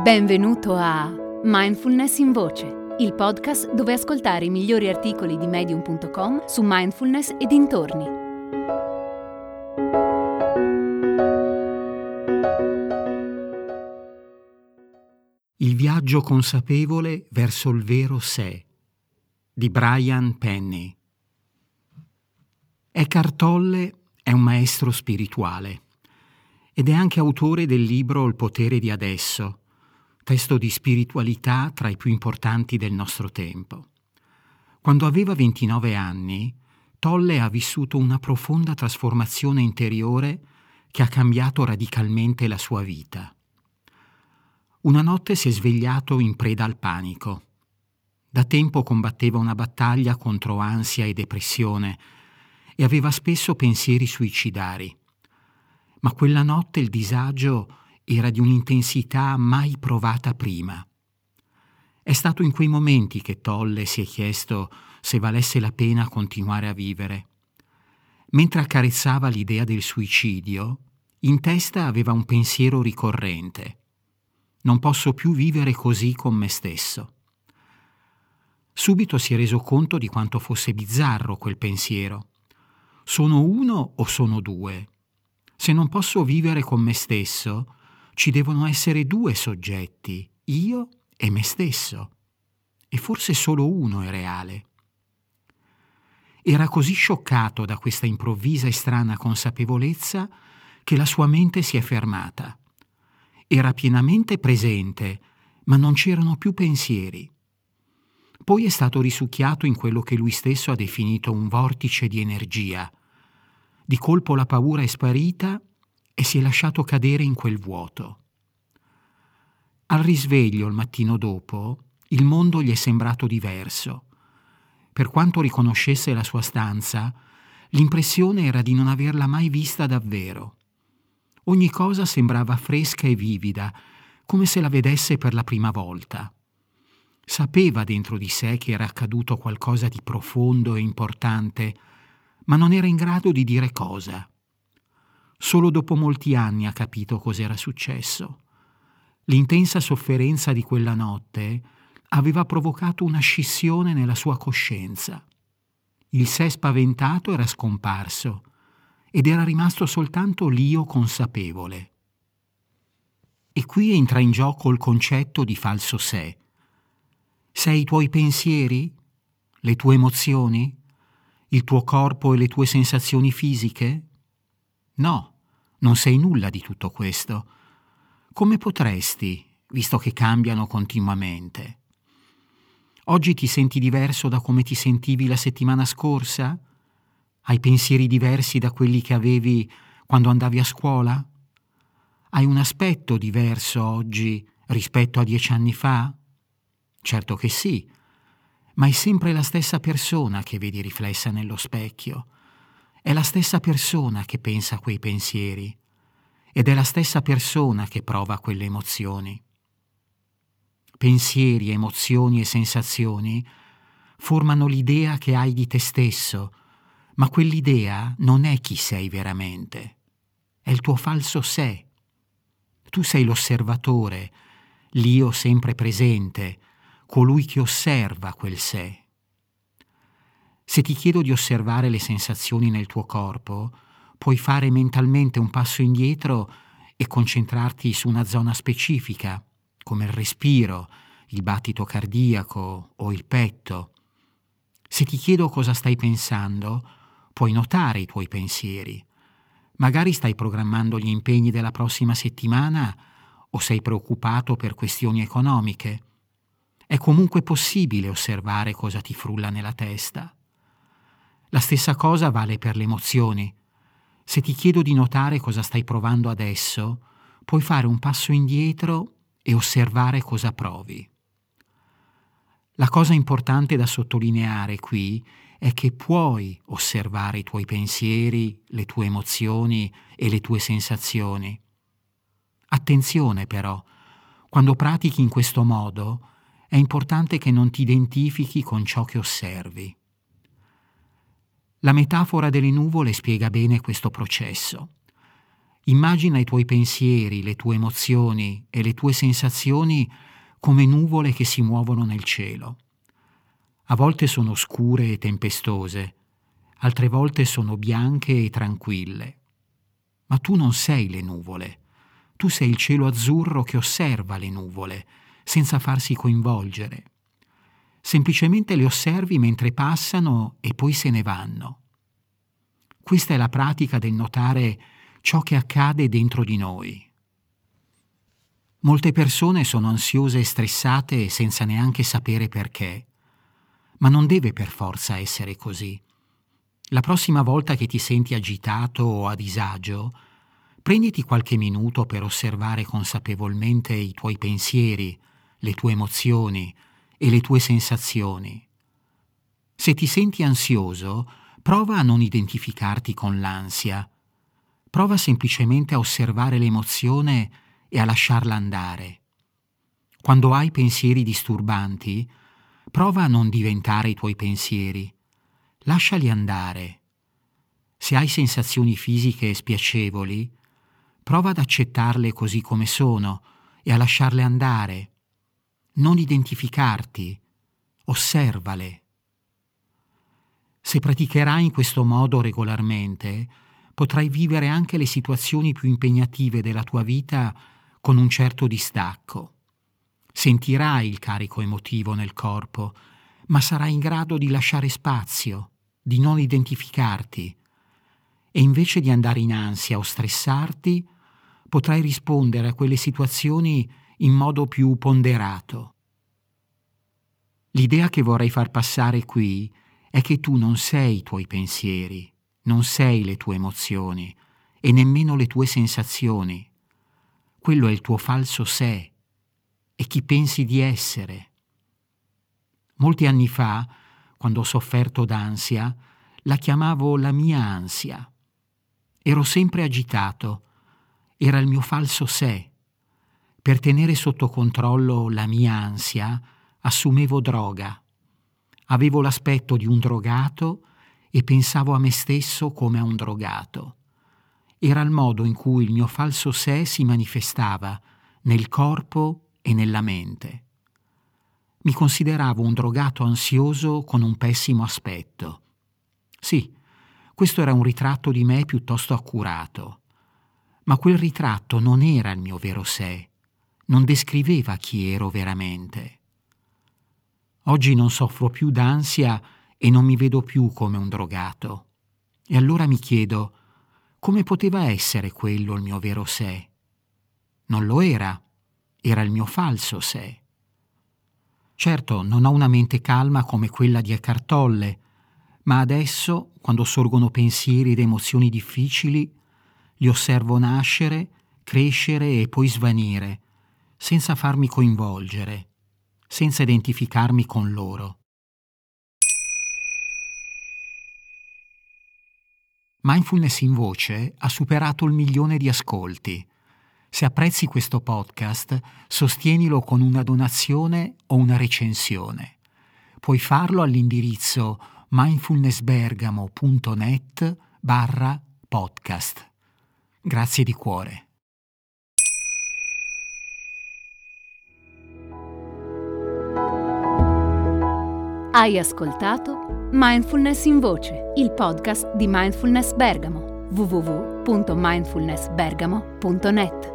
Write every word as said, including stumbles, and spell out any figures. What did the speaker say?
Benvenuto a Mindfulness in Voce, il podcast dove ascoltare i migliori articoli di medium punto com su mindfulness e dintorni. Il viaggio consapevole verso il vero sé di Brian Penny. Eckhart Tolle è un maestro spirituale ed è anche autore del libro Il potere di adesso, testo di spiritualità tra i più importanti del nostro tempo. Quando aveva ventinove anni, Tolle ha vissuto una profonda trasformazione interiore che ha cambiato radicalmente la sua vita. Una notte si è svegliato in preda al panico. Da tempo combatteva una battaglia contro ansia e depressione e aveva spesso pensieri suicidari. Ma quella notte il disagio era di un'intensità mai provata prima. È stato in quei momenti che Tolle si è chiesto se valesse la pena continuare a vivere. Mentre accarezzava l'idea del suicidio, in testa aveva un pensiero ricorrente. Non posso più vivere così con me stesso. Subito si è reso conto di quanto fosse bizzarro quel pensiero. Sono uno o sono due? Se non posso vivere con me stesso, ci devono essere due soggetti, io e me stesso. E forse solo uno è reale. Era così scioccato da questa improvvisa e strana consapevolezza che la sua mente si è fermata. Era pienamente presente, ma non c'erano più pensieri. Poi è stato risucchiato in quello che lui stesso ha definito un vortice di energia. Di colpo la paura è sparita e si è lasciato cadere in quel vuoto. Al risveglio, il mattino dopo, il mondo gli è sembrato diverso. Per quanto riconoscesse la sua stanza, l'impressione era di non averla mai vista davvero. Ogni cosa sembrava fresca e vivida, come se la vedesse per la prima volta. Sapeva dentro di sé che era accaduto qualcosa di profondo e importante, ma non era in grado di dire cosa. Solo dopo molti anni ha capito cos'era successo. L'intensa sofferenza di quella notte aveva provocato una scissione nella sua coscienza. Il sé spaventato era scomparso ed era rimasto soltanto l'io consapevole. E qui entra in gioco il concetto di falso sé. Sei i tuoi pensieri? Le tue emozioni? Il tuo corpo e le tue sensazioni fisiche? No, non sei nulla di tutto questo. Come potresti, visto che cambiano continuamente? Oggi ti senti diverso da come ti sentivi la settimana scorsa? Hai pensieri diversi da quelli che avevi quando andavi a scuola? Hai un aspetto diverso oggi rispetto a dieci anni fa? Certo che sì, ma è sempre la stessa persona che vedi riflessa nello specchio. È la stessa persona che pensa quei pensieri ed è la stessa persona che prova quelle emozioni. Pensieri, emozioni e sensazioni formano l'idea che hai di te stesso, ma quell'idea non è chi sei veramente. È il tuo falso sé. Tu sei l'osservatore, l'io sempre presente, colui che osserva quel sé. Se ti chiedo di osservare le sensazioni nel tuo corpo, puoi fare mentalmente un passo indietro e concentrarti su una zona specifica, come il respiro, il battito cardiaco o il petto. Se ti chiedo cosa stai pensando, puoi notare i tuoi pensieri. Magari stai programmando gli impegni della prossima settimana o sei preoccupato per questioni economiche. È comunque possibile osservare cosa ti frulla nella testa. La stessa cosa vale per le emozioni. Se ti chiedo di notare cosa stai provando adesso, puoi fare un passo indietro e osservare cosa provi. La cosa importante da sottolineare qui è che puoi osservare i tuoi pensieri, le tue emozioni e le tue sensazioni. Attenzione però, quando pratichi in questo modo, è importante che non ti identifichi con ciò che osservi. La metafora delle nuvole spiega bene questo processo. Immagina i tuoi pensieri, le tue emozioni e le tue sensazioni come nuvole che si muovono nel cielo. A volte sono scure e tempestose, altre volte sono bianche e tranquille. Ma tu non sei le nuvole, tu sei il cielo azzurro che osserva le nuvole, senza farsi coinvolgere. Semplicemente le osservi mentre passano e poi se ne vanno. Questa è la pratica del notare ciò che accade dentro di noi. Molte persone sono ansiose e stressate senza neanche sapere perché, ma non deve per forza essere così. La prossima volta che ti senti agitato o a disagio, prenditi qualche minuto per osservare consapevolmente i tuoi pensieri, le tue emozioni e le tue sensazioni. Se ti senti ansioso, prova a non identificarti con l'ansia. Prova semplicemente a osservare l'emozione e a lasciarla andare. Quando hai pensieri disturbanti, prova a non diventare i tuoi pensieri. Lasciali andare. Se hai sensazioni fisiche spiacevoli, prova ad accettarle così come sono e a lasciarle andare. Non identificarti, osservale. Se praticherai in questo modo regolarmente, potrai vivere anche le situazioni più impegnative della tua vita con un certo distacco. Sentirai il carico emotivo nel corpo, ma sarai in grado di lasciare spazio, di non identificarti, e invece di andare in ansia o stressarti, potrai rispondere a quelle situazioni in modo più ponderato. L'idea che vorrei far passare qui è che tu non sei i tuoi pensieri, non sei le tue emozioni e nemmeno le tue sensazioni. Quello è il tuo falso sé, è chi pensi di essere. Molti anni fa, quando ho sofferto d'ansia, la chiamavo la mia ansia. Ero sempre agitato, era il mio falso sé. Per tenere sotto controllo la mia ansia, assumevo droga. Avevo l'aspetto di un drogato e pensavo a me stesso come a un drogato. Era il modo in cui il mio falso sé si manifestava nel corpo e nella mente. Mi consideravo un drogato ansioso con un pessimo aspetto. Sì, questo era un ritratto di me piuttosto accurato, ma quel ritratto non era il mio vero sé, non descriveva chi ero veramente. Oggi non soffro più d'ansia e non mi vedo più come un drogato. E allora mi chiedo, come poteva essere quello il mio vero sé? Non lo era, era il mio falso sé. Certo, non ho una mente calma come quella di Eckhart Tolle, ma adesso, quando sorgono pensieri ed emozioni difficili, li osservo nascere, crescere e poi svanire, senza farmi coinvolgere, senza identificarmi con loro. Mindfulness in voce ha superato il milione di ascolti. Se apprezzi questo podcast, sostienilo con una donazione o una recensione. Puoi farlo all'indirizzo mindfulnessbergamo.net barra podcast. Grazie di cuore. Hai ascoltato Mindfulness in voce, il podcast di Mindfulness Bergamo. w w w punto mindfulness bergamo punto net